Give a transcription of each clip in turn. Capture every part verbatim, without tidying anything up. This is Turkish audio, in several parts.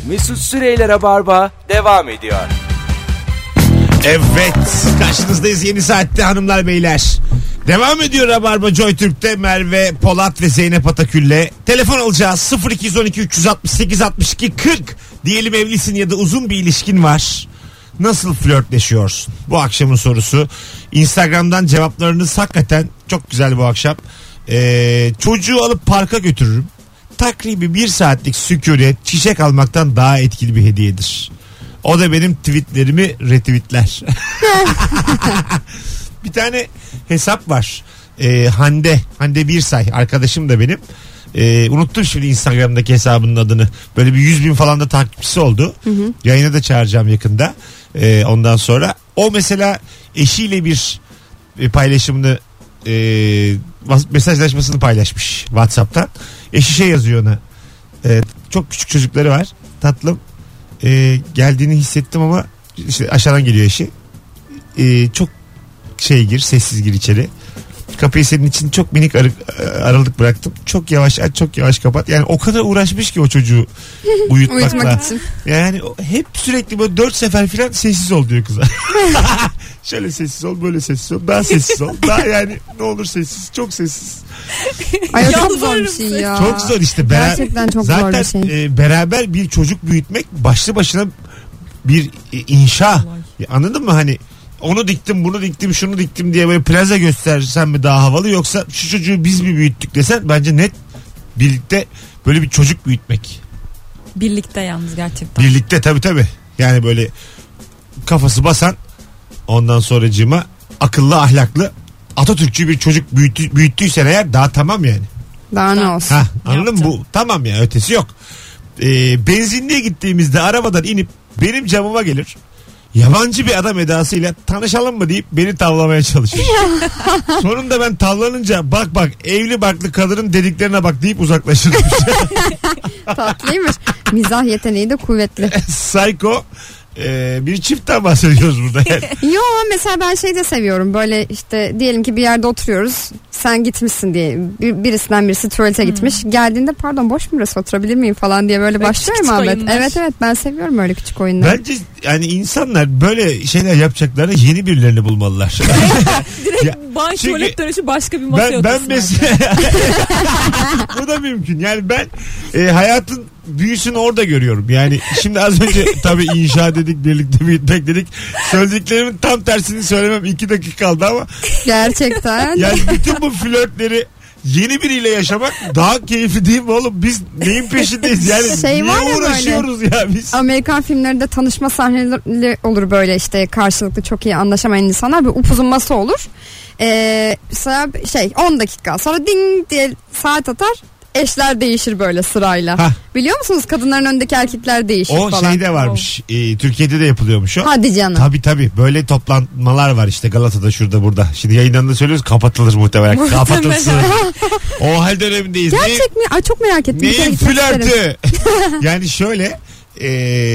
Mesut Süreyler'e barba devam ediyor. Evet, karşınızdayız yeni saatte hanımlar beyler. Devam ediyor Rabarba Joy Türk'te Merve Polat ve Zeynep Atakül'le. Telefon alacağız sıfır iki on iki üç altı sekiz altmış iki kırk. Diyelim evlisin ya da uzun bir ilişkin var. Nasıl flörtleşiyorsun? Bu akşamın sorusu. Instagram'dan cevaplarınız hakikaten çok güzel bu akşam. Ee, çocuğu alıp parka götürürüm. Takribi bir saatlik sükunet çiçek almaktan daha etkili bir hediyedir. O da benim tweetlerimi retweetler. Bir tane hesap var. Ee, Hande. Hande Birsay. Arkadaşım da benim. Ee, unuttum şimdi Instagram'daki hesabının adını. Böyle bir yüz bin falan da takipçisi oldu. Hı hı. Yayına da çağıracağım yakında. Ee, ondan sonra. O mesela eşiyle bir paylaşımını e, mesajlaşmasını paylaşmış WhatsApp'tan. Eşi şey yazıyor ona. E, çok küçük çocukları var. Tatlım. E, geldiğini hissettim ama işte aşağıdan geliyor eşi. E, çok şey gir, sessiz gir içeri. Kapıyı senin için çok minik arı, aralık bıraktım. Çok yavaş aç, çok yavaş kapat. Yani o kadar uğraşmış ki o çocuğu uyutmakla. Yani hep sürekli böyle dört sefer falan sessiz ol diyor kıza. Şöyle sessiz ol, böyle sessiz ol, daha sessiz ol. Daha yani ne olur sessiz, çok sessiz. Ay çok zor bir şey ya. Çok zor işte. Bera- Gerçekten çok zaten, zor bir şey. E, beraber bir çocuk büyütmek başlı başına bir e, inşa. Ya, anladın mı hani? Onu diktim, bunu diktim, şunu diktim diye böyle plaza göstersen mi daha havalı, yoksa şu çocuğu biz mi büyüttük desen bence net birlikte böyle bir çocuk büyütmek. Birlikte yalnız gerçekten. Birlikte tabii tabii. Yani böyle kafası basan, ondan sonracığıma akıllı, ahlaklı, Atatürkçü bir çocuk büyüttü, büyüttüysen eğer daha tamam yani. Daha ne olsun. Ha, anladın mı? Bu tamam ya, ötesi yok. Ee, benzinliğe gittiğimizde arabadan inip benim camıma gelir. Yabancı bir adam edasıyla tanışalım mı deyip beni tavlamaya çalışıyor. Sonunda ben tavlanınca bak bak evli barklı kadının dediklerine bak deyip uzaklaşırım. Tatlıymış. Mizah yeteneği de kuvvetli. Psycho e, bir çiftten bahsediyoruz burada yani. Yo mesela ben şey de seviyorum. Böyle işte diyelim ki bir yerde oturuyoruz. Sen gitmişsin diye. Bir, birisinden birisi tuvalete hmm. gitmiş. Geldiğinde pardon boş mu burası, oturabilir miyim falan diye böyle, böyle başlıyor mu Ahmet? Evet evet ben seviyorum öyle küçük oyunları. Bence yani insanlar böyle şeyler yapacaklarına yeni birilerini bulmalılar. Direkt ya, bank tuvalet dönüşü başka bir masaya ben, ben mesela bu da mümkün. Yani ben e, hayatın büyüsünü orada görüyorum. Yani şimdi az önce tabii inşa dedik, birlikte büyütmek dedik. Söylediklerimin tam tersini söylemem iki dakika kaldı ama. Gerçekten. Yani bütün bu flörtleri yeni biriyle yaşamak daha keyifli değil mi oğlum? Biz neyin peşindeyiz yani? Şey niye uğraşıyoruz böyle, ya biz? Amerikan filmlerinde tanışma sahneleri olur böyle, işte karşılıklı çok iyi anlaşamayan insanlar, bir upuzun masa olur. Ee, mesela şey on dakika sonra ding diye saat atar. Eşler değişir böyle sırayla. Hah. Biliyor musunuz? Kadınların önündeki erkekler değişir o falan. O şeyde varmış. Oh. E, Türkiye'de de yapılıyormuş o. Hadi canım. Tabii tabii. Böyle toplanmalar var işte Galata'da, şurada, burada. Şimdi yayından da söylüyoruz, kapatılır muhtemelen. Kapatılsın. O hal dönemindeyiz. Gerçek ne? mi? Ay çok merak ettim. Neyin flörtü? Yani şöyle e,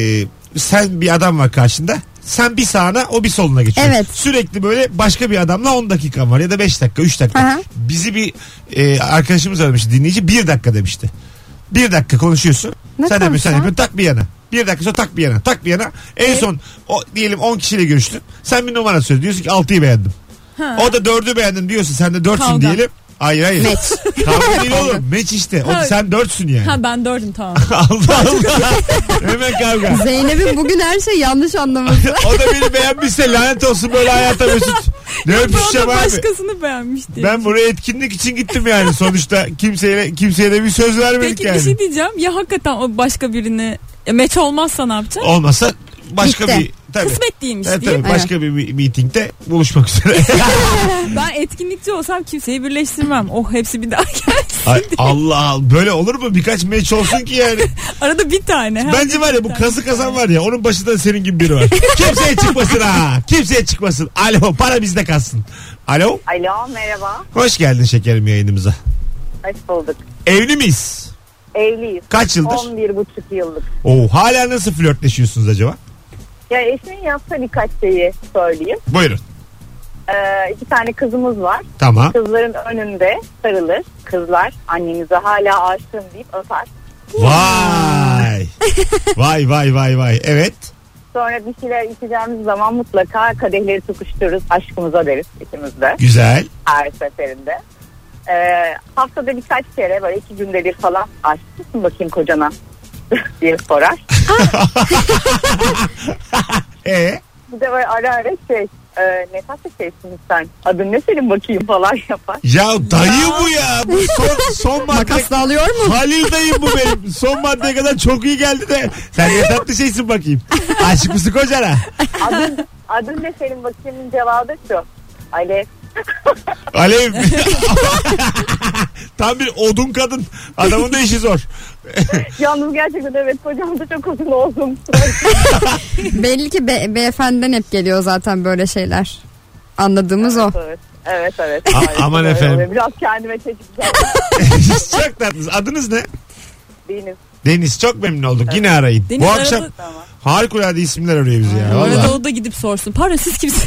sen bir adam var karşında. Sen bir sağına, o bir soluna geçiyor. Evet. Sürekli böyle başka bir adamla on dakikan var ya da beş dakika, üç dakika. Aha. Bizi bir e, arkadaşımız aramıştı, dinleyici, bir dakika demişti. Bir dakika konuşuyorsun. Ne sen yapıyorsun, sen yapıyorsun, tak bir yana. Bir dakika sonra tak bir yana, tak bir yana. En evet. son o, diyelim on kişiyle görüştün. Sen bir numara söyle, diyorsun ki altıyı beğendim. Ha. O da dördü beğendim diyorsun, sen de dörtsün diyelim. Hayır hayır. Meç. Kavga değil oğlum. Meç işte. O, sen dörtsün yani. Ha ben dördüm tamam. Allah Allah. Hemen kavga. Zeynep'in bugün her şey yanlış anlaması. O da beni beğenmişse lanet olsun böyle hayata Mesut. Ne öpüşeceğim abi. Başkasını beğenmiş diye. Ben buraya etkinlik için gittim yani. Sonuçta kimseye, kimseye de bir söz vermedik. Peki, yani. Peki bir şey diyeceğim. Ya hakikaten o başka birini meç olmazsa ne yapacaksın? Olmazsa başka Bitti. bir... Tabii. Kısmet değilmiş evet, diye. tabii. Başka bir meetingde buluşmak üzere. Ben etkinlikçi olsam kimseyi birleştirmem. Oh hepsi bir daha gelsin. Ay, Allah Allah. Böyle olur mu? Birkaç meç olsun ki yani. Arada bir tane. Bence var ya bu kazı kazan var ya, onun başında senin gibi biri var. Kimseye çıkmasın ha. Kimseye çıkmasın. Alo, para bizde kalsın. Alo. Alo, merhaba. Hoş geldin şekerim yayınımıza. Hoş bulduk. Evli miyiz? Evliyiz. Kaç yıldır? on bir buçuk yıllık. Oo, hala nasıl flörtleşiyorsunuz acaba? Ya eşimin yaptığı birkaç şeyi söyleyeyim. Buyurun. Ee, iki tane kızımız var. Tamam. Kızların önünde sarılır. Kızlar annemize hala aşığım deyip öper. Vay. Vay vay vay vay. Evet. Sonra bir şeyler içeceğimiz zaman mutlaka kadehleri tokuştururuz. Aşkımıza deriz ikimiz de. Güzel. Her seferinde. Ee, haftada birkaç kere böyle iki günde bir falan aşk mısın bakayım kocana diye sorar. Ee? Bir de böyle ara ara şey e, ne tatlı şeysin sen adın ne senin bakayım falan yapar. Ya dayı bu ya. Bu son, son madde. Makasla alıyor mu? Halil dayım bu benim. Son maddeye kadar çok iyi geldi de. Sen ne tatlı şeysin bakayım. Aşık mısın kocana? Adın, adın ne senin bakayımın cevabı şu. Alev. Alev. Tam bir odun kadın. Adamın da işi zor. Yalnız gerçekten evet kocam da çok uzun oldum. Belli ki be- beyefendiden hep geliyor zaten böyle şeyler. Anladığımız o. Evet evet. evet. A- Maalesef aman öyle efendim. oluyor. Biraz kendime çekeceğim. Çok tatlısınız. Adınız ne? Deniz. Deniz, çok memnun olduk. Yine arayın. Deniz Bu arada- akşam Tamam. harikulade isimler arıyor bizi ya. Bu arada Vallahi. o da gidip sorsun. Pardon siz kimsiniz?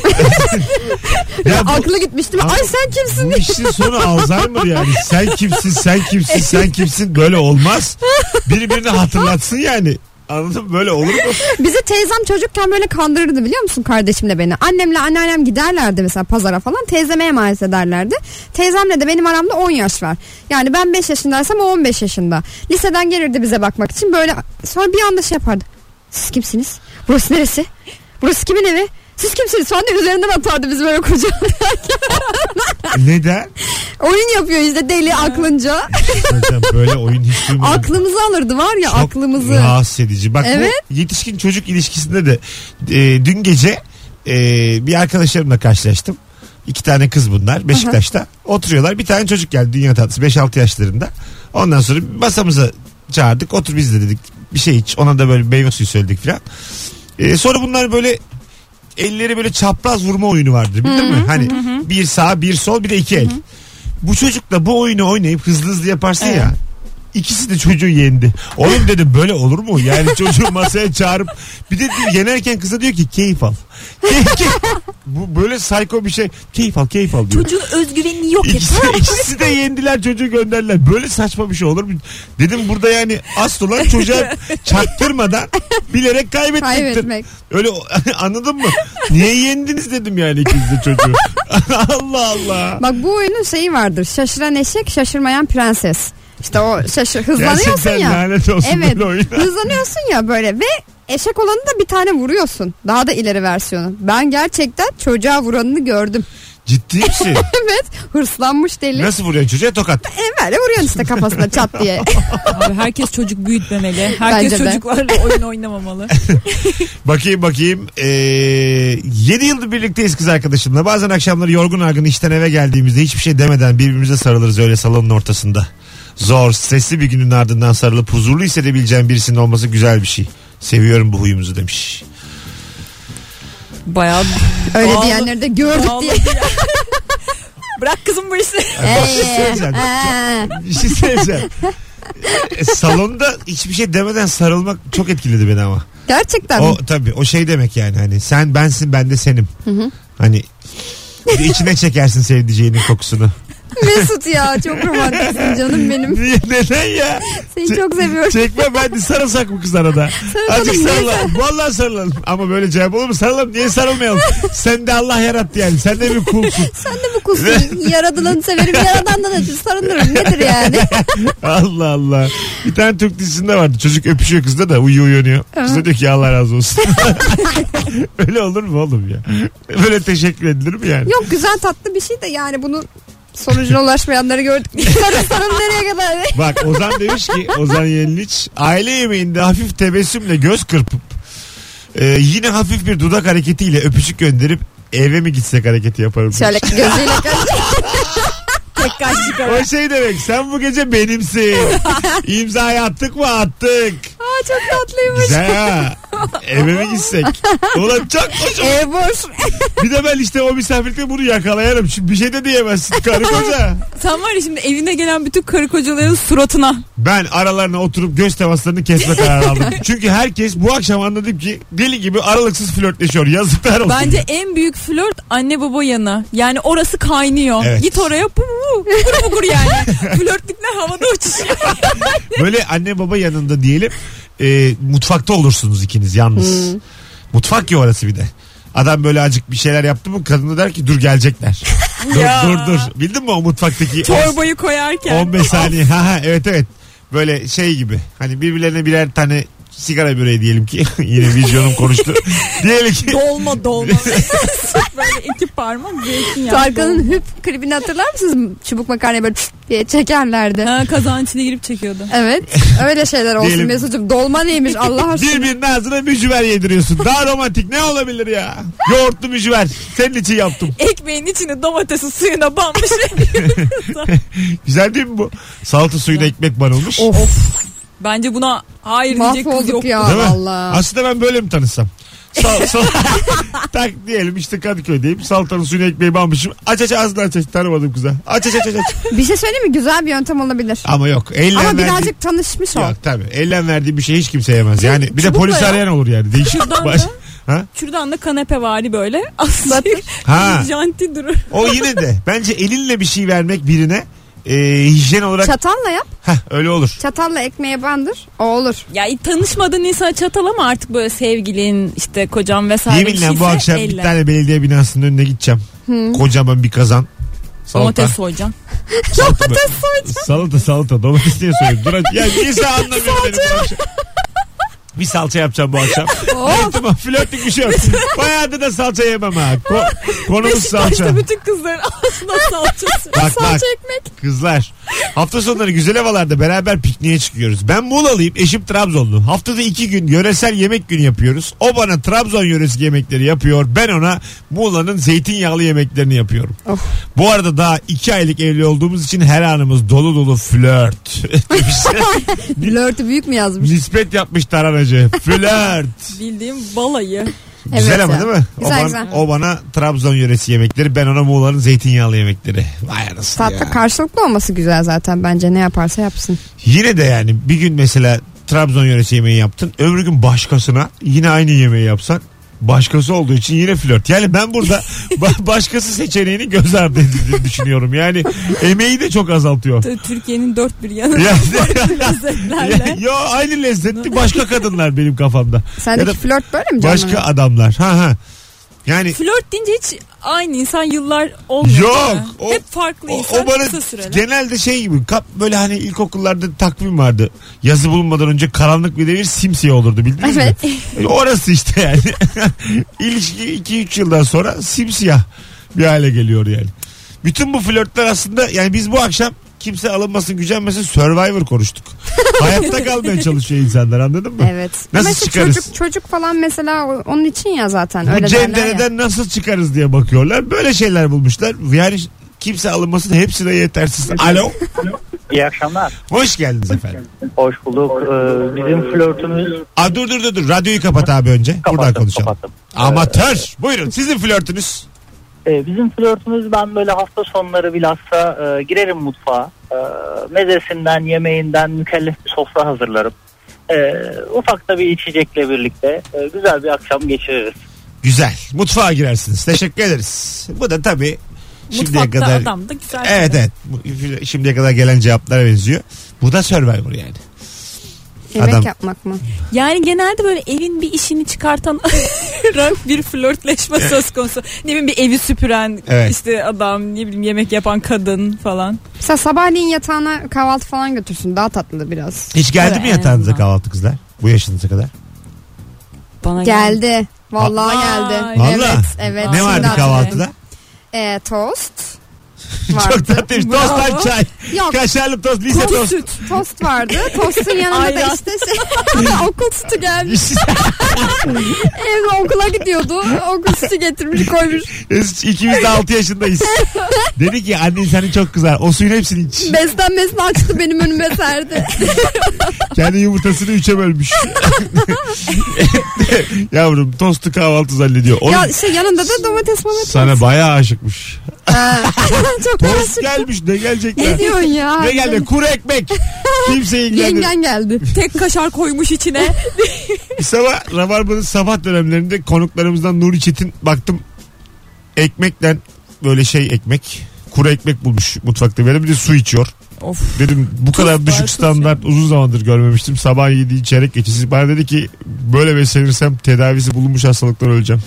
Ya bu, Aklı gitmiştim. Ama- Ay sen kimsin? bu işin sonu Alzheimer yani. Sen kimsin, sen kimsin, sen kimsin. Böyle olmaz. Birbirini hatırlatsın yani. Anladın mı? Böyle olur mu? Bizi teyzem çocukken böyle kandırırdı biliyor musun kardeşimle beni. Annemle anneannem giderlerdi mesela pazara falan. Teyzeme emanet ederlerdi. Teyzemle de benim aramda on yaş var. Yani ben beş yaşındaysam o on beş yaşında. Liseden gelirdi bize bakmak için böyle. Sonra bir anda şey yapardı. Siz kimsiniz? Burası neresi? Burası kimin evi? Siz kimsiniz? Falan diye üzerinden atardı biz böyle kucağına. Neden? Oyun yapıyor işte deli aklınca. Hocam böyle oyun hiç duymadım. Aklımızı alırdı var ya Çok aklımızı. rahatsız edici. Bak Evet. bu yetişkin çocuk ilişkisinde de e, dün gece e, bir arkadaşlarımla karşılaştım. İki tane kız bunlar Beşiktaş'ta. Oturuyorlar. Bir tane çocuk geldi dünya tatlısı beş altı yaşlarında. Ondan sonra masamıza çağırdık. Otur biz de dedik. Bir şey iç. Ona da böyle meyve suyu söyledik falan. E, sonra bunlar böyle elleri böyle çapraz vurma oyunu vardır. Bildin mi? Hani bir sağ bir sol bir de iki el. Bu çocukla bu oyunu oynayıp hızlı hızlı yaparsın Evet. ya. İkisi de çocuğu yendi. Oğlum dedim böyle olur mu? Yani çocuğu masaya çağırıp bir de diyor, yenerken kıza diyor ki keyif al. Keyif, keyif. Bu böyle psycho bir şey. Keyif al keyif al diyor. Çocuğun özgüvenini yok et. İkisi, ikisi de yendiler çocuğu gönderdiler. Böyle saçma bir şey olur mu? Dedim burada yani asıl olan çocuğa çaktırmadan bilerek kaybetmektir. Kaybetmek. Öyle anladın mı? Niye yendiniz dedim yani ikiniz de çocuğu. Allah Allah. Bak bu oyunun şeyi vardır. Şaşıran eşek, şaşırmayan prenses. İşte o şaşır hızlanıyorsun Gerçekten ya. lanet olsun Evet. böyle oyuna. Hızlanıyorsun ya böyle ve eşek olanı da bir tane vuruyorsun. Daha da ileri versiyonu. Ben gerçekten çocuğa vuranını gördüm. Ciddi misin? Evet. Hırslanmış deli. Nasıl vuruyorsun çocuğa? Tokat. E böyle vuruyorsun işte kafasına çat diye. Abi herkes çocuk büyütmemeli. Herkes Bence de. çocuklarla oyun oynamamalı. Bakayım bakayım. Ee, yedi yıldır birlikteyiz kız arkadaşımla. Bazen akşamları yorgun argın işten eve geldiğimizde hiçbir şey demeden birbirimize sarılırız öyle salonun ortasında. Zor, stresli bir günün ardından sarılıp huzurlu hissedebileceğim birisinin olması güzel bir şey. Seviyorum bu huyumuzu demiş. Bayağı Öyle Bağlı- diyenleri de gördük bağlı diye. bir- Bırak kızım bu işi. Bir şey söyleyeceğim. Ee, Bir şey söyleyeceğim. E, salonda hiçbir şey demeden sarılmak çok etkiledi beni ama. Gerçekten O mi? tabii o şey demek yani hani sen bensin ben de senim. Hani bir de içine çekersin sevdiceğinin kokusunu. Mesut ya çok romantiksin canım benim. Niye, neden ya? Seni Çe- çok seviyorum. Çekme ben de sarılsak mı kızlara da? Azıcık niye sarılalım. Vallahi sarılalım. Ama böyle cevap olur mu? Sarılalım. Niye sarılmayalım? Sen de Allah yarattı yani. Sen de bir kulsun. Sen de bu kusun. Yaradılanı severim. Yaradandan ötürü sarılırım. Nedir yani? Allah Allah. Bir tane Türk dizisinde vardı. Çocuk öpüşüyor kızla da uyuyor uyanıyor. Kız da diyor ki Allah razı olsun. Öyle olur mu oğlum ya? Böyle teşekkür edilir mi yani? Yok güzel tatlı bir şey de yani bunu sonucuna ulaşmayanları gördük. Sarı sarı nereye kadar? Bak Ozan demiş ki Ozan Yeniliç aile yemeğinde hafif tebessümle göz kırpıp e, yine hafif bir dudak hareketiyle öpücük gönderip eve mi gitsek hareketi yaparım. Şöyle gözüyle kaç. Tek kaşlık ama. O şey demek sen bu gece benimsin. İmzayı attık mı attık. Aa çok tatlıymış. Güzel ha. Eve mi gitsek? Ulan çok hoşum. Ev boş. Bir de ben işte o misafirlikte bunu yakalayarım. Şimdi bir şey de diyemezsin karı koca. Sen var ya şimdi evine gelen bütün karı kocaların suratına. Ben aralarına oturup göz temaslarını kesme kararı aldım. Çünkü herkes bu akşam anladım ki deli gibi aralıksız flörtleşiyor. Yazıklar olsun. Bence en büyük flört anne baba yanı. Yani orası kaynıyor. Evet. Git oraya bu bu bukur bukur yani. Flörtlükler havada uçuşuyor. Böyle anne baba yanında diyelim. e, mutfakta olursunuz ikiniz yalnız. Hmm. Mutfak ya orası bir de. Adam böyle acık bir şeyler yaptı mı kadın da der ki dur gelecekler. dur Ya. dur dur. Bildin mi o mutfaktaki Çorbayı koyarken. on beş saniye. Ha ha evet evet. Böyle şey gibi. Hani birbirlerine birer tane sigara böreği diyelim ki. Yine vizyonum konuştu. Diyelim ki. Dolma dolma. Böyle iki parmak zeytinyağı. Tarkan'ın dolma. hüp klibini hatırlar mısınız? Çubuk makarnayı böyle püf diye çekerlerdi. Ha, kazağın içine girip çekiyordu. Evet. Öyle şeyler olsun Diyelim- Mesut'cum. Dolma neymiş Allah aşkına. Birbirinin ağzına mücver yediriyorsun. Daha romantik ne olabilir ya? Yoğurtlu mücver. Senin için yaptım. Ekmeğin içine domatesi suyuna banmış. Güzel değil mi bu? Salata suyuna ekmek banılmış. Of. Bence buna hayır diyecek kız Mahvolduk yok. ya Değil mi? valla. Aslında ben böyle mi tanışsam? Sal, sal, tak diyelim işte Kadıköy'deyim. Salatanın suyuna ekmeği banmışım. Aç aç ağzını aç aç. Tanımadım kıza. Aç aç aç aç. aç. Bir şey söyleyeyim mi? Güzel bir yöntem olabilir. Ama yok. Ellen Ama verdiği... birazcık tanışmış ol. Yok tabii. Ellen verdiği bir şey hiç kimse yemez. Yani bir de Çubukla polis ya. arayan olur yani. Değişik. Şuradan Baş... da- Ha? Şuradan da kanepe vari böyle. Aslında Ha. janti durur. O yine de. Bence elinle bir şey vermek birine e, hijyen olarak Çatalla yap. heh, öyle olur. Çatalla ekmeğe bandır. O olur. Ya tanışmadığın insan çatal ama artık böyle sevgilin işte kocam vesaire bir Yeminle şeyse bu akşam elle. bir tane belediye binasının önüne gideceğim. Kocaman bir kazan. Salata. Domates soyacaksın. Domates soyacağım. Salata salata. Domates diye soruyorum. Dur ya niye sen anlamıyorsun beni bu akşam? Bir salça yapacağım bu akşam. Evet, tamam flörtlük bir şey yok. Bayağı da salça yemem ha. Ko- konumuz salça. Beşiktaş'ta bütün kızların ağzına salçası. Bak bak Salça ekmek. kızlar. Hafta sonları güzel havalarda beraber pikniğe çıkıyoruz. Ben Muğla'lıyım, eşim Trabzonlu. Haftada iki gün yöresel yemek günü yapıyoruz. O bana Trabzon yöresi yemekleri yapıyor. Ben ona Muğla'nın zeytinyağlı yemeklerini yapıyorum. Of. Bu arada daha iki aylık evli olduğumuz için her anımız dolu dolu flört. Flörtü büyük mü yazmış? Nispet yapmış taranacı. Flört. Bildiğim balayı. Güzel Evet ama ya. değil mi? Güzel, o, bana, güzel. o bana Trabzon yöresi yemekleri, ben ona Muğla'nın zeytinyağlı yemekleri. Vay anasını Tatlı ya. karşılıklı olması güzel zaten bence ne yaparsa yapsın. Yine de yani bir gün mesela Trabzon yöresi yemeği yaptın. Öbür gün başkasına yine aynı yemeği yapsan başkası olduğu için yine flört. Yani ben burada ba- başkası seçeneğini göz ardı edildiğini düşünüyorum. Yani emeği de çok azaltıyor. T- Türkiye'nin dört bir yanı Yani- lezzetlerle. Yo aynı lezzetli başka kadınlar benim kafamda. Sendeki Ya da flört böyle mi canım? Başka adamlar. Ha ha. Yani Flört deyince hiç aynı insan yıllar olmuyor. Yok, değil mi? o- Hep farklı o, insan o bana kısa süreli. genelde şey gibi kap böyle hani ilkokullarda takvim vardı. Yazı bulunmadan önce karanlık bir devir simsiyah olurdu bildiniz Evet. mi? E, Orası işte yani. İlişki iki üç yıldan sonra simsiyah bir hale geliyor yani. Bütün bu flörtler aslında yani biz bu akşam kimse alınmasın gücenmesin Survivor konuştuk. Hayatta kalmaya çalışıyor insanlar anladın mı? Evet. Nasıl Ama işte çıkarız? çocuk çocuk falan mesela o- onun için ya zaten Bu öyle derler ya. cendereden nasıl çıkarız diye bakıyorlar. Böyle şeyler bulmuşlar. Yani kimse alınmasın hepsi de yetersiz. Alo. İyi akşamlar. Hoş geldiniz efendim. Hoş bulduk. Ee, bizim flörtümüz... Aa, dur dur dur dur. Radyoyu kapat abi önce. Buradan Kapattım, konuşalım. kapattım. Amatör. Buyurun sizin flörtünüz. Ee, bizim flörtümüz ben böyle hafta sonları bilhassa e, girerim mutfağa. E, mezesinden, yemeğinden mükellef bir sofra hazırlarım. E, ufak da bir içecekle birlikte e, güzel bir akşam geçiririz. Güzel. Mutfağa girersiniz. Teşekkür ederiz. Bu da tabii şimdiye Mutfakta kadar... adam da güzel. Evet evet. Bu- Şimdiye kadar gelen cevaplara benziyor. Bu da Survivor yani. Yemek Adam- yapmak mı? Yani genelde böyle evin bir işini çıkartan bir flörtleşme söz konusu. Ne bileyim bir evi süpüren Evet. işte adam, ne bileyim yemek yapan kadın falan. Mesela sabahleyin yatağına kahvaltı falan götürsün. Daha tatlı biraz. Hiç geldi Evet, mi yatağınıza en kahvaltı kızlar? Bu yaşınıza kadar. Bana Geldi. Vallahi Vay. geldi. Vallahi. Evet, evet. Ne Şimdi vardı hatırladım. kahvaltıda? Ee, tost. Çok vardı. tatlıymış. Tostlar Bravo. çay. Yok. Kaşarlı tost, lise Tost, tost. süt. Tost vardı. Tostun yanında da Ayran. işte şey. Okul sütü gelmiş. Evde okula gidiyordu. Okul sütü getirmiş koymuş. Biz ikimiz de altı yaşındayız. Dedi ki annen seni çok kızar. O suyun hepsini iç. Beslenmesini açtı benim önüme serdi. Kendi yumurtasını üçe bölmüş. Yavrum tostu kahvaltı zannediyor. Oğlum, Ya şey yanında da domates domates. sana bayağı aşıkmış. Ha. Çok Tost aşık. gelmiş ne gelecek Ne ya? diyorsun ya? Ne geldi? Kuru ekmek. Kimse ilgilenmiyor. Yengen geldi. tek kaşar koymuş içine. Sabah Rabarba'nın sabah dönemlerinde konuklarımızdan Nuri Çetin baktım ekmekten böyle şey ekmek kuru ekmek bulmuş mutfakta. Böyle bir de su içiyor. Of. Dedim bu kadar Tuz düşük var, standart uzun zamandır görmemiştim. Sabah yediği çeyrek geçesi. Bana dedi ki böyle beslenirsem tedavisi bulunmuş hastalıktan öleceğim.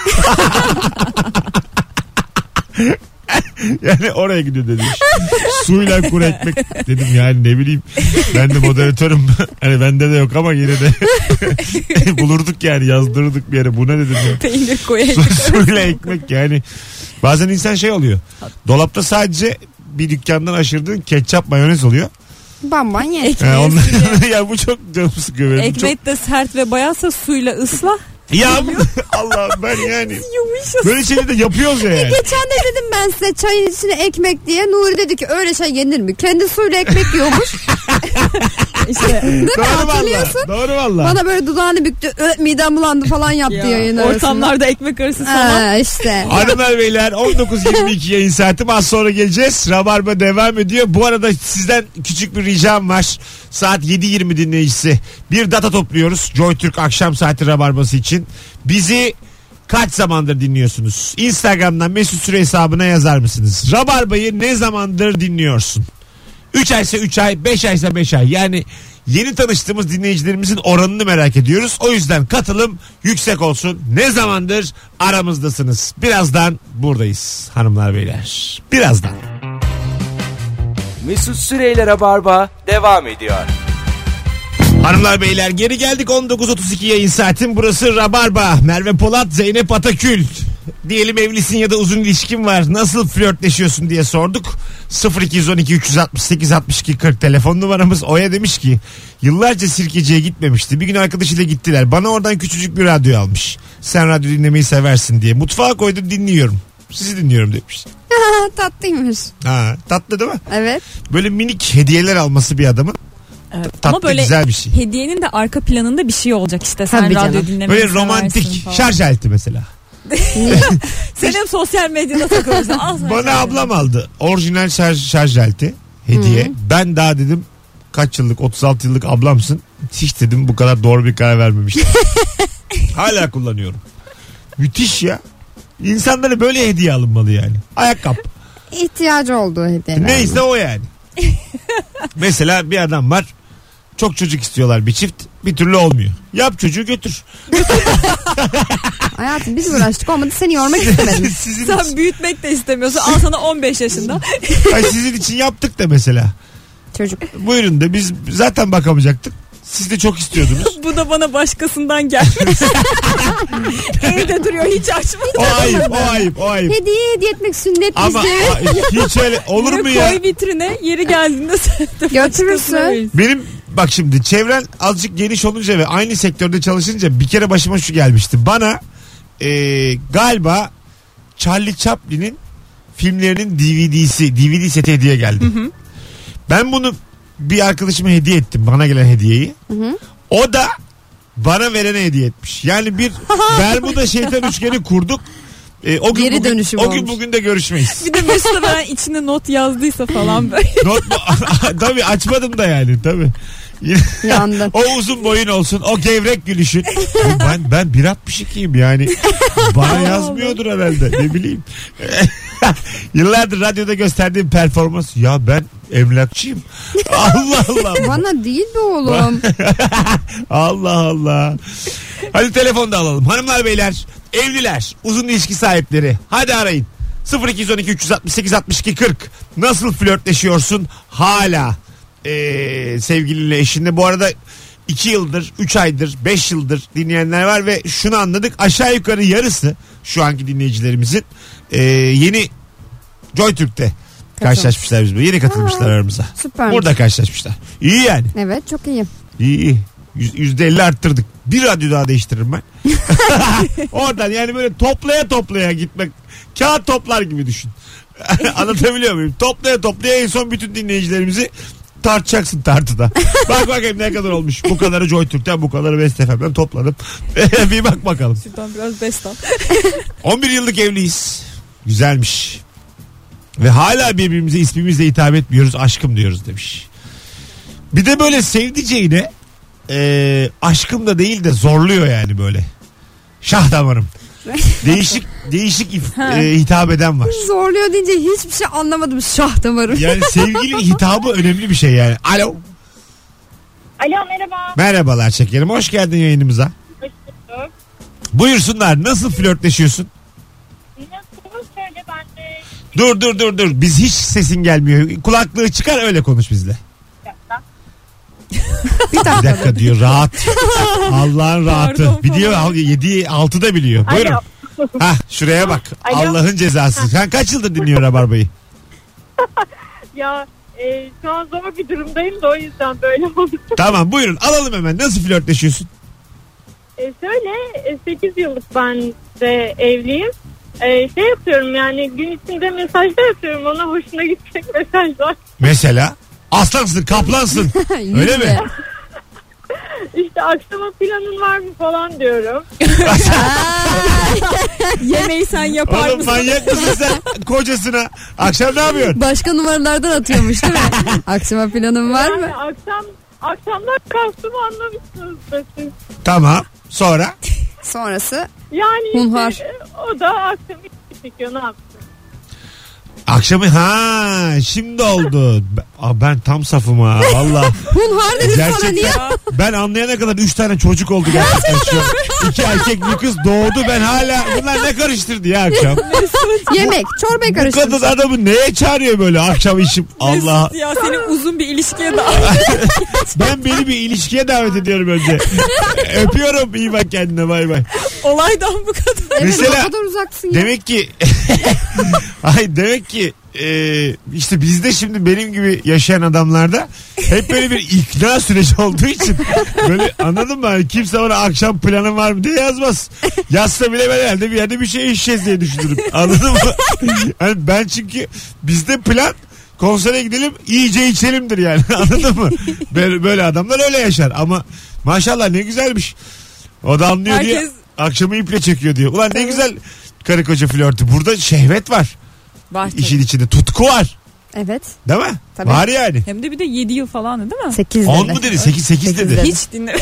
Yani oraya gidiyor dedim. Suyla kuru ekmek dedim, yani ne bileyim. Ben de moderatörüm. Hani bende de yok ama yine de bulurduk yani, yazdırırdık bir yere. Bu ne dedim ya. Peynir koy Su, suyla ekmek yani. Bazen insan şey oluyor. Dolapta sadece bir dükkandan aşırdığın ketçap mayonez oluyor. Bamban ye. Yani onlar, ya bu çok canım sıkıyor benim. Ekmek Çok... de sert ve bayatsa suyla ısla. Ya Allah, ben yani Yumuşasın. böyle şeyleri de yapıyoruz ya yani. Geçen de dedim ben size çayın içine ekmek diye. Nuri dedi ki öyle şey yenir mi? Kendi suyla ekmek yiyormuş. İşte. Doğru Hatırlıyorsun? valla. Doğru valla. Bana böyle dudağını büktü. Ö, midem bulandı falan yaptı Ya, yayın arasında. ortamlarda ekmek arası sana. Ha, işte. Hanımlar beyler, on dokuz yirmi iki yayın saatim, az sonra geleceğiz. Rabarba devam ediyor. Bu arada sizden küçük bir ricam var. Saat yedi yirmi dinleyicisi. Bir data topluyoruz. JoyTürk akşam saati Rabarbası için. Bizi kaç zamandır dinliyorsunuz? Instagram'dan Mesut Süre hesabına yazar mısınız? Rabarba'yı ne zamandır dinliyorsun? üç aysa üç ay, beş aysa beş ay. Yani yeni tanıştığımız dinleyicilerimizin oranını merak ediyoruz. O yüzden katılım yüksek olsun. Ne zamandır aramızdasınız? Birazdan buradayız hanımlar beyler. Birazdan. Mesut Süreyler'e barba devam ediyor. Hanımlar beyler, geri geldik. on dokuz otuz iki yayın saatin. Burası Rabarba. Merve Polat, Zeynep Atakül. Diyelim evlisin ya da uzun ilişkin var. Nasıl flörtleşiyorsun diye sorduk. sıfır iki on iki üç altı sekiz altmış iki kırk telefon numaramız. Oya demiş ki yıllarca Sirkeci'ye gitmemişti. Bir gün arkadaşıyla gittiler. Bana oradan küçücük bir radyo almış. Sen radyo dinlemeyi seversin diye. Mutfağa koydum, dinliyorum. Sizi dinliyorum demiş. Tatlıymış. Ha, tatlı değil mi? Evet. Böyle minik hediyeler alması bir adamın. Evet. Tatlı, Ama böyle güzel bir şey. hediyenin de arka planında bir şey olacak işte. Sen Tabii radyo canım. dinlemeyi Böyle seversin romantik falan. şarj aleti mesela. Sen hep sosyal medyada takılıyorsun. Al sana Bana şarj ablam aldı. Orijinal şarj, şarj aleti hediye. Ben daha dedim kaç yıllık, otuz altı yıllık ablamsın. Hiç dedim bu kadar doğru bir karar vermemiştim. Hala kullanıyorum. Müthiş ya. İnsanlara böyle hediye alınmalı yani. Ayakkabı. İhtiyacı olduğu hediye. Neyse o yani. Mesela bir adam var. Çok çocuk istiyorlar bir çift. Bir türlü olmuyor. Yap çocuğu götür. Hayatım biz uğraştık olmadı, seni yormak istemedim. Sizin için, Sen büyütmek de istemiyorsun. Al sana on beş yaşında. ay sizin için yaptık da mesela. Çocuk. Buyurun da biz zaten bakamayacaktık. Siz de çok istiyordunuz. Bu da bana başkasından gelmiş. Evde duruyor, hiç açmadı. O ayıp, o ayıp, o ayıp. Hediye hediye etmek sünnet Ama bizde. a- hiç öyle olur mu Yine ya? koy vitrine, yeri geldiğinde sen de Götürürsün. başkasına verirsin. Benim bak şimdi çevren azıcık geniş olunca ve aynı sektörde çalışınca bir kere başıma şu gelmişti. Bana e, galiba Charlie Chaplin'in filmlerinin D V D'si, D V D seti hediye geldi. Hı hı. Ben bunu bir arkadaşıma hediye ettim, bana gelen hediyeyi. Hı hı. O da bana verene hediye etmiş. Yani bir Bermuda şeytan üçgeni kurduk. E, o gün Geri bugün, dönüşüm o gün olmuş. bugün de görüşmeyiz. Bir de Mesut'a ben içine not yazdıysa falan böyle. Not mu? Tabii açmadım da yani tabii. Yandın. O uzun boyun olsun, o gevrek gülüşün. Ben ben bir altmış ikiyim yani. Bana yazmıyordur herhalde, ne bileyim. Yıllardır radyoda gösterdiğim performans. Ya ben emlakçıyım. Allah Allah. Bana değil be oğlum. Allah Allah. Hadi telefonu da alalım. Hanımlar beyler, evliler, uzun ilişki sahipleri. Hadi arayın. sıfır iki on iki üç altı sekiz altmış iki kırk. Nasıl flörtleşiyorsun hala ee, sevgilinle, eşinle? Bu arada iki yıldır, üç aydır, beş yıldır dinleyenler var ve şunu anladık. Aşağı yukarı yarısı şu anki dinleyicilerimizin ee, yeni JoyTürk'te karşılaşmışlar bizimle. Yeni katılmışlar aramıza. Süper. Burada karşılaşmışlar. İyi yani. Evet, çok iyi. İyi iyi. yüzde elli arttırdık. Bir radyo daha değiştiririm ben. Oradan yani böyle toplaya toplaya gitmek. Kağıt toplar gibi düşün. Anlatabiliyor muyum? Toplaya toplaya en son bütün dinleyicilerimizi tartacaksın tartıda. Bak bakayım ne kadar olmuş. Bu kadarı JoyTürk'ten, bu kadarı Best F M'den topladım. Bir bak bakalım. Şuradan biraz best al. on bir yıllık evliyiz. Güzelmiş. Ve hala birbirimize ismimizle hitap etmiyoruz. Aşkım diyoruz demiş. Bir de böyle sevdiceğine e, aşkım da değil de zorluyor yani böyle. Şah damarım. Değişik değişik if- e, hitap eden var. Zorluyor deyince hiçbir şey anlamadım. Şah damarım. Yani sevgili hitabı önemli bir şey yani. Alo. Alo merhaba. Merhabalar şekerim. Hoş geldin yayınımıza. Hoş bulduk. Buyursunlar. Nasıl flörtleşiyorsun? Nasıl söyle ben de. Dur dur dur dur. Biz hiç sesin gelmiyor. Kulaklığı çıkar öyle konuş bizle. Bir dakika. Bir dakika diyor rahat. Allah'ın rahatı. Pardon Biliyor yedi altıda biliyor. Buyurun. Alo. Hah şuraya bak. Alo. Allah'ın cezası. Sen kaç yıldır dinliyor Rabarba'yı? Ya e, şu an zor bir durumdayım da o yüzden böyle oldu. Tamam buyurun alalım hemen. Nasıl flörtleşiyorsun? E, şöyle e, sekiz yıllık ben de evliyim. E, şey yapıyorum yani gün içinde mesajlar atıyorum ona hoşuna gidecek mesajlar. Mesela aslansın kaplansın. Öyle mi? İşte akşama planın var mı falan diyorum. Yemeği sen yapar Oğlum mısın? manyak mısın sen kocasına? Akşam ne yapıyorsun? Başka numaralardan atıyormuş değil mi? Akşama planın var mı? Yani akşam akşamlar kalktığımı anlamışsınızdır siz. Tamam. Sonra? Sonrası Yani Hunhar. işte, o da akşam içki çekiyor ne yapsın? Akşamı ha şimdi oldu. Ben, ben tam safım ha valla. hunhar dedim sana niye? Gerçekten ben anlayana kadar üç tane çocuk oldu gerçekten şu an. İki erkek bir kız doğdu ben hala bunlar ne karıştırdı ya akşam. Yemek, çorbayı Bu kadın karıştırmış. adamı neye çağırıyor böyle akşam işim Allah. Mesut ya seni uzun bir ilişkiye davet. Ben beni bir ilişkiye davet ediyorum önce. Öpüyorum iyi bak kendine bay bay. Olaydan bu kadar. Evet, Mesela- o kadar uzaksın ya. Demek ki ay demek ki e, işte bizde şimdi benim gibi yaşayan adamlarda hep böyle bir ikna süreci olduğu için böyle anladın mı? Hani kimse ona akşam planın var mı diye yazmaz. Yazsa bile ben herhalde bir yerde bir şey içeceğiz diye düşünürüm. Anladın mı? Hani ben çünkü bizde plan konsere gidelim iyice içelimdir yani. Anladın mı? Böyle, böyle adamlar öyle yaşar ama maşallah ne güzelmiş. O da anlıyor diye Herkes- akşamı iple çekiyor diyor. Ulan ne güzel karı koca flörtü. Burada şehvet var. Var tabii. İşin içinde tutku var. Evet. Değil mi? Tabii. Var yani. Hem de bir de yedi yıl falan değil mi? sekiz on dedi. mu dedi? sekiz sekiz dedi. dedi. Hiç dinle.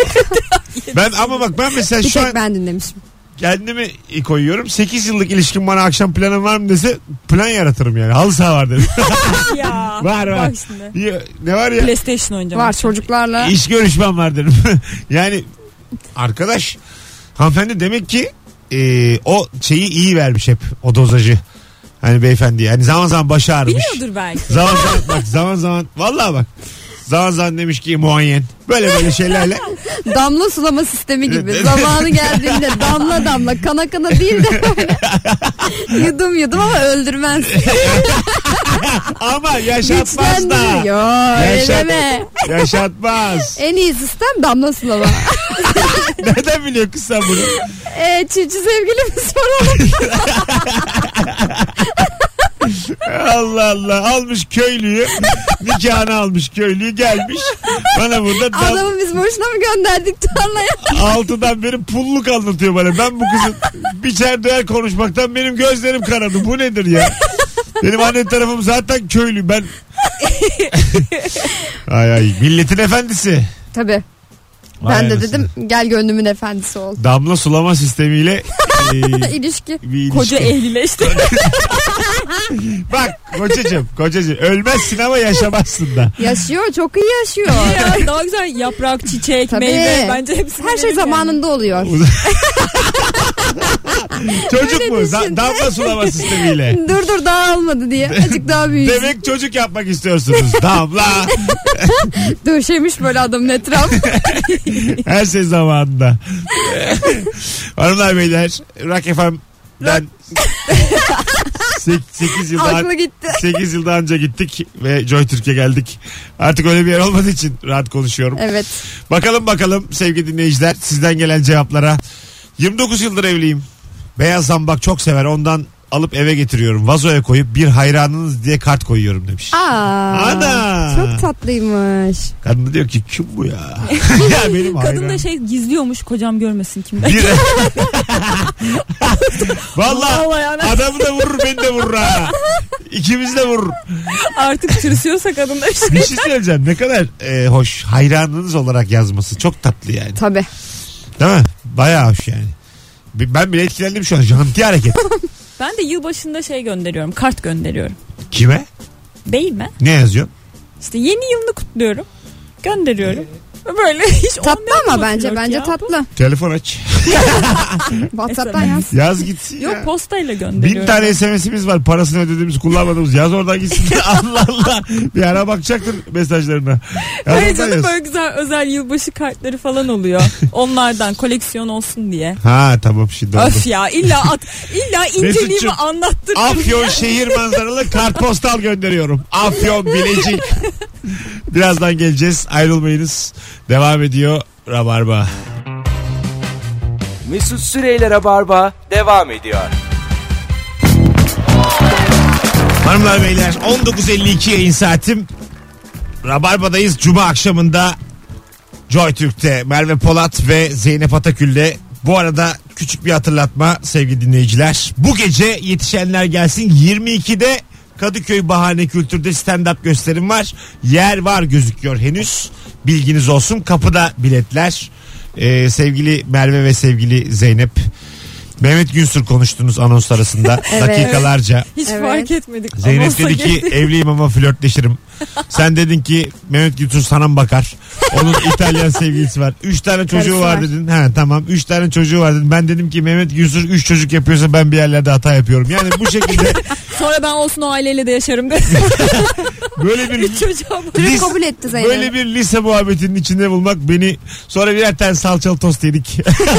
Ben ama bak ben mesela Bir şu tek an ben dinlemişim. kendimi koyuyorum. sekiz yıllık ilişkim bana akşam planın var mı dese plan yaratırım yani. Halı saha var dedim. ya. Var, var. Bak şimdi. Ya, ne var ya? PlayStation oynayacaksın. Var çocuklarla. İş görüşmem var dedim. Yani arkadaş hanımefendi demek ki e, o şeyi iyi vermiş hep o dozajı. Hani beyefendi yani zaman zaman başı ağrımış. Biliyordur belki. Zaman zaman bak zaman zaman vallahi bak. Zaman zaman demiş ki muayyen. Böyle böyle şeylerle. Damla sulama sistemi gibi. Evet. Zamanı geldiğinde damla damla kana kana değil de böyle yudum yudum ama öldürmez. Ama yaşatmaz da. Yo öyle Yaşat- deme. Yaşatmaz. En iyi sistem damla sulama. Nereden biliyor kız sen bunu? Eee çiftçi sevgilimi soralım. Allah Allah almış köylüyü nikahını almış köylüyü gelmiş bana burada dam, Adamı biz boşuna mı gönderdik tarlaya? altıdan beri pulluk anlatıyor bana. Ben bu kızın biçer döner konuşmaktan benim gözlerim kanadı. Bu nedir ya? Benim anne tarafım zaten köylü. Ben ay ay milletin efendisi. Tabii. Vay Ben de anasını. dedim gel gönlümün efendisi ol. Damla sulama sistemiyle e, İlişki. bir ilişki. Koca ehlileşti. Bak kocacığım kocacığım ölmezsin ama yaşamazsın da. Yaşıyor çok iyi yaşıyor. ya, daha güzel yaprak, çiçek, Tabii. meyve. Bence hepsi. Her şey zamanında oluyor. Çocuk Öyle mu? düşün. Da- damla sulama sistemiyle. Dur dur daha almadı diye. Azıcık daha büyüsün. Demek çocuk yapmak istiyorsunuz. Damla. Döşemiş böyle adamın etrafı. Her şey zamanında. Hanımlar beyler Rock F M'den sekiz yılda Aklı gitti. sekiz yılda önce gittik ve Joy Türkiye geldik. Artık öyle bir yer olmadığı için rahat konuşuyorum. Evet. Bakalım bakalım sevgili dinleyiciler sizden gelen cevaplara. yirmi dokuz yıldır evliyim. Beyaz zambak çok sever ondan alıp eve getiriyorum. Vazoya koyup bir hayranınız diye kart koyuyorum demiş. Aa, Ana. çok tatlıymış. Kadın da diyor ki kim bu ya? Ya benim Kadın hayranım. da şey gizliyormuş kocam görmesin kimden. Bir... Vallahi Vallahi yani. adamı da vurur beni de vurur ha. İkimizi de vurur. Artık tırsıyorsa kadın da bir şey. Bir şey söyleyeceğim ne kadar e, hoş hayranınız olarak yazması çok tatlı yani. Tabii. Değil mi? Bayağı hoş yani. Ben bile etkilendim şu an. Janti hareket. Ben de yılbaşında şey gönderiyorum. Kart gönderiyorum. Kime? Değil mi? Ne yazıyorsun? İşte yeni yılını kutluyorum. Gönderiyorum. Böyle hiç Tatlı ama olmayan bence flört bence ya bu. tatlı. Telefon aç. WhatsApp'tan yaz. Yaz gitsin Yok ya. postayla gönderiyorum. Bin tane S M S'imiz var. Parasını ödediğimiz, kullanmadığımız. Yaz oradan gitsin. Allah Allah. Bir ara bakacaktır mesajlarına. Yaz Hayır oradan canım, yaz. böyle güzel özel yılbaşı kartları falan oluyor. Onlardan koleksiyon olsun diye. Ha tamam şimdi oldu. Öf ya illa at, illa inceliğimi Mesut'cum, anlattır. Afyon şehir manzaralı kartpostal gönderiyorum. Afyon Bilecik. Birazdan geleceğiz. Ayrılmayınız. Devam ediyor Rabarba. Mesut Süreyler'e barba devam ediyor. Hanımlar beyler on dokuz elli iki yayın saatim. Rabarba'dayız. Cuma akşamında Joy Türk'te Merve Polat ve Zeynep Atakül'le. Bu arada küçük bir hatırlatma sevgili dinleyiciler. Bu gece yetişenler gelsin yirmi ikide Kadıköy Bahane Kültür'de stand-up gösterim var. Yer var gözüküyor henüz. Bilginiz olsun. Kapıda biletler. Ee, sevgili Merve ve sevgili Zeynep. Mehmet Günsür konuştunuz anons arasında Evet. dakikalarca. Hiç Evet. fark etmedik. Zeynep Anonsa dedi ki girdik. evliyim ama flörtleşirim. Sen dedin ki Mehmet Günsür sana mı bakar? Onun İtalyan sevgilisi var. Üç tane çocuğu Karısı var var. dedin. Ha tamam. Üç tane çocuğu var dedin. Ben dedim ki Mehmet Günsür üç çocuk yapıyorsa ben bir yerlerde hata yapıyorum. Yani bu şekilde Sonra ben olsun o aileyle de yaşarım dedi. böyle bir Üç çocuğa bak. Direkt lis- kabul etti Zeynep. böyle bir lise muhabbetinin içinde bulmak beni, sonra birer tane salçalı tost yedik.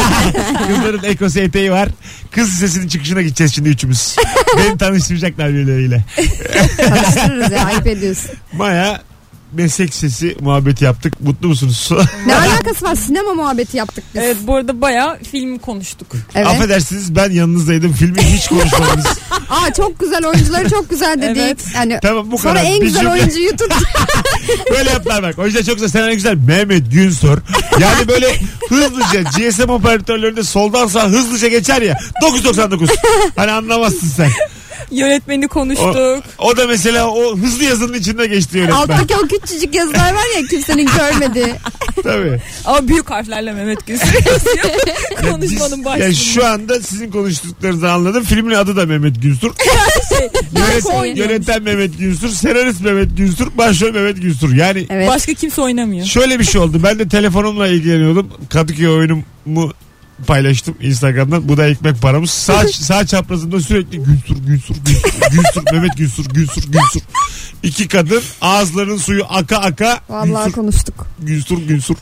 Kızların ekosu eteği var. Kız lisesinin çıkışına gideceğiz şimdi üçümüz. Beni tanıştıracaklar birileriyle. Karıştırırız ya, ayıp ediyorsun. Maya meslek sesi muhabbeti yaptık. Mutlu musunuz? Ne alakası var? Sinema muhabbeti yaptık biz. Evet, bu arada bayağı film konuştuk. Evet. Affedersiniz ben yanınızdaydım. Filmi hiç konuşmadınız. Aa çok güzel oyuncuları çok güzel dedik. Evet. Yani Tamam bu sonra kadar. en Bir güzel cümle- oyuncuyu tut. Böyle yaptılar bak. Oyuncular çok güzel. Senaryo güzel. Mehmet Günsür. Yani böyle hızlıca G S M operatörlerinde soldan sağa hızlıca geçer ya. dokuz doksan dokuz. Hani anlamazsın sen. Yönetmeni O, konuştuk. o da mesela o hızlı yazının içinde geçti yönetmen. Alttaki o küçücük yazılar var ya, kimsenin görmediği. Tabii. Ama büyük harflerle Mehmet Günsür yazıyor. Konuşmanın Biz- başlığında. yani şu anda sizin konuştuklarınızı anladım. Filmin adı da Mehmet Günsür. şey, Yönet, oynuyormuş. yöneten Mehmet Günsür. Senarist Mehmet Günsür. Başrol Mehmet Günsür. Yani Evet. Başka kimse oynamıyor. şöyle bir şey oldu. Ben de telefonumla ilgileniyordum. Kadıköy oyunumu paylaştım Instagram'dan. Bu da ekmek paramız. Sağ, sağ çaprazında sürekli Günsür, Günsür, Günsür, Günsür, Mehmet Günsür, Günsür, Günsür. İki kadın ağızlarının suyu aka aka. Vallahi Günsür, konuştuk. Günsür, Günsür.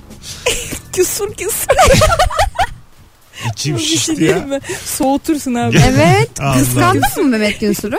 Küsur küsur. İçim Bir şey şişti değil ya. mi? Soğutursun abi. Evet. Allah. Kıskandın mı Mehmet Günsür'ü?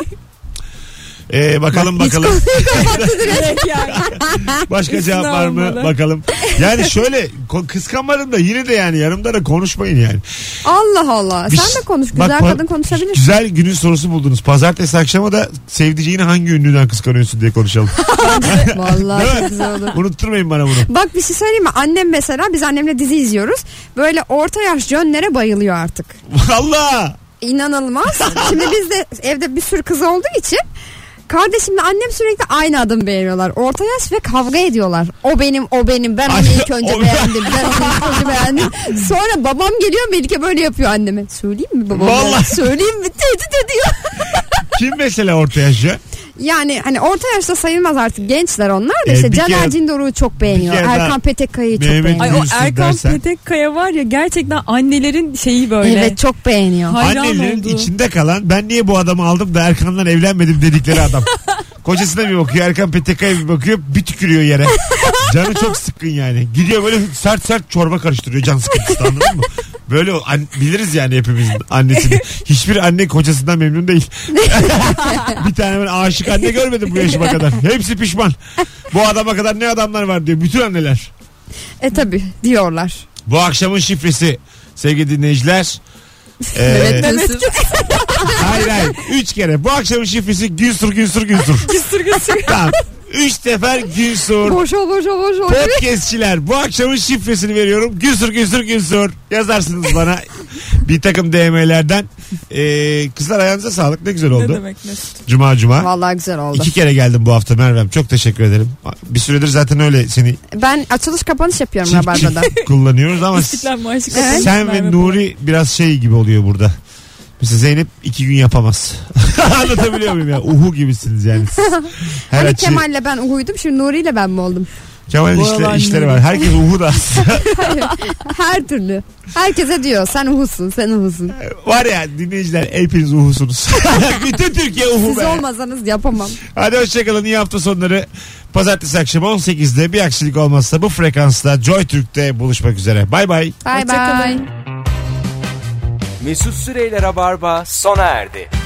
Ee, bakalım Hiç bakalım. Direkt yani. Başka Üstüne cevap var mı? almalı. Bakalım. Yani şöyle ko- kıskanmadım da yine de yani yanımda da konuşmayın yani. Allah Allah. Bir Sen şey- de konuş. Bak, Güzel pa- kadın konuşabilir. Güzel günün sorusu buldunuz. Pazartesi akşamı da sevdiceğini hangi ünlüden kıskanıyorsun diye konuşalım. Vallahi Değil mi? çok güzel olur. Unutturmayın bana bunu. Bak bir şey söyleyeyim mi? Annem mesela, biz annemle dizi izliyoruz. Böyle orta yaş jönlere bayılıyor artık. Allah! İnanılmaz. Şimdi biz de evde bir sürü kız olduğu için kardeşimle annem sürekli aynı adımı beğeniyorlar. Orta yaş ve kavga ediyorlar. O benim, o benim. Ben onu Ay, ilk önce o- beğendim. Ben onu ilk önce beğendim. Sonra babam geliyor, Melike böyle yapıyor anneme. Söyleyeyim mi babam? Vallahi. Söyleyeyim mi? Tehdit ediyor. Kim mesela orta yaşlı? Yani hani orta yaşta sayılmaz artık, gençler onlar da Ee, işte bir Caner kere- Cindoruk'u çok beğeniyor. bir kere daha Erkan Petekkaya'yı çok Mehmet beğeniyor. Ay o Günsür Erkan dersen- Petekkaya var ya, gerçekten annelerin şeyi böyle. Evet, çok beğeniyor. Hayran Annelerin oldu. içinde kalan, ben niye bu adamı aldım da Erkan'dan evlenmedim dedikleri adam. Kocasına bir bakıyor, Erkan Petekkaya bir bakıyor, bir tükürüyor yere. Canı çok sıkkın yani. Gidiyor böyle sert sert çorba karıştırıyor, can sıkıntısı, anladın mı? Böyle o- an- biliriz yani hepimizin annesini. Hiçbir anne kocasından memnun değil. Bir tane ben aşık anne görmedim bu yaşıma kadar. Hepsi pişman. Bu adama kadar ne adamlar var diyor bütün anneler. E tabi diyorlar. Bu akşamın şifresi sevgili dinleyiciler. Ee, Mehmet Günsür. hayır hayır. Üç kere. Bu akşamın şifresi Günsür Günsür Günsür. Günsür Günsür. Tamam. Üç sefer Günsür. Boş ol boş ol boş ol. Podcastçiler bu akşamın şifresini veriyorum. Günsür Günsür Günsür. Yazarsınız bana. Bir takım D M'lerden. Ee, kızlar ayağınıza sağlık. Ne güzel oldu. Ne demek Mesut? Cuma cuma. Vallahi güzel oldu. İki kere geldim bu hafta Merve'm. Çok teşekkür ederim. Bir süredir zaten öyle seni Ben açılış kapanış yapıyorum çift Rabarba'da. çift kullanıyoruz ama İstiklal Marşı Evet. kapanış sen ve Merve Nuri biraz şey gibi oluyor burada. Mesela Zeynep iki gün yapamaz. Anlatabiliyor muyum ya? Uhu gibisiniz yani siz. Her Hani açı... Kemal'le ben uhuydum, şimdi Nuri'yle ben mi oldum? Kemal'in Bu işle, aralar işleri Nuri. var. Herkes uhu da aslında. Her türlü. Herkese diyor sen uhusun, sen uhusun. Var ya dinleyiciler hepiniz uhusunuz. Bütün Türkiye uhu Siz be. olmasanız yapamam. Hadi hoşçakalın. İyi hafta sonları. Pazartesi akşamı on sekizde bir aksilik olmazsa bu frekansta Joy Türk'te buluşmak üzere. Bay bay. Bye Hoşça kalın. bye. Mesut Süreyle Rabarba sona erdi.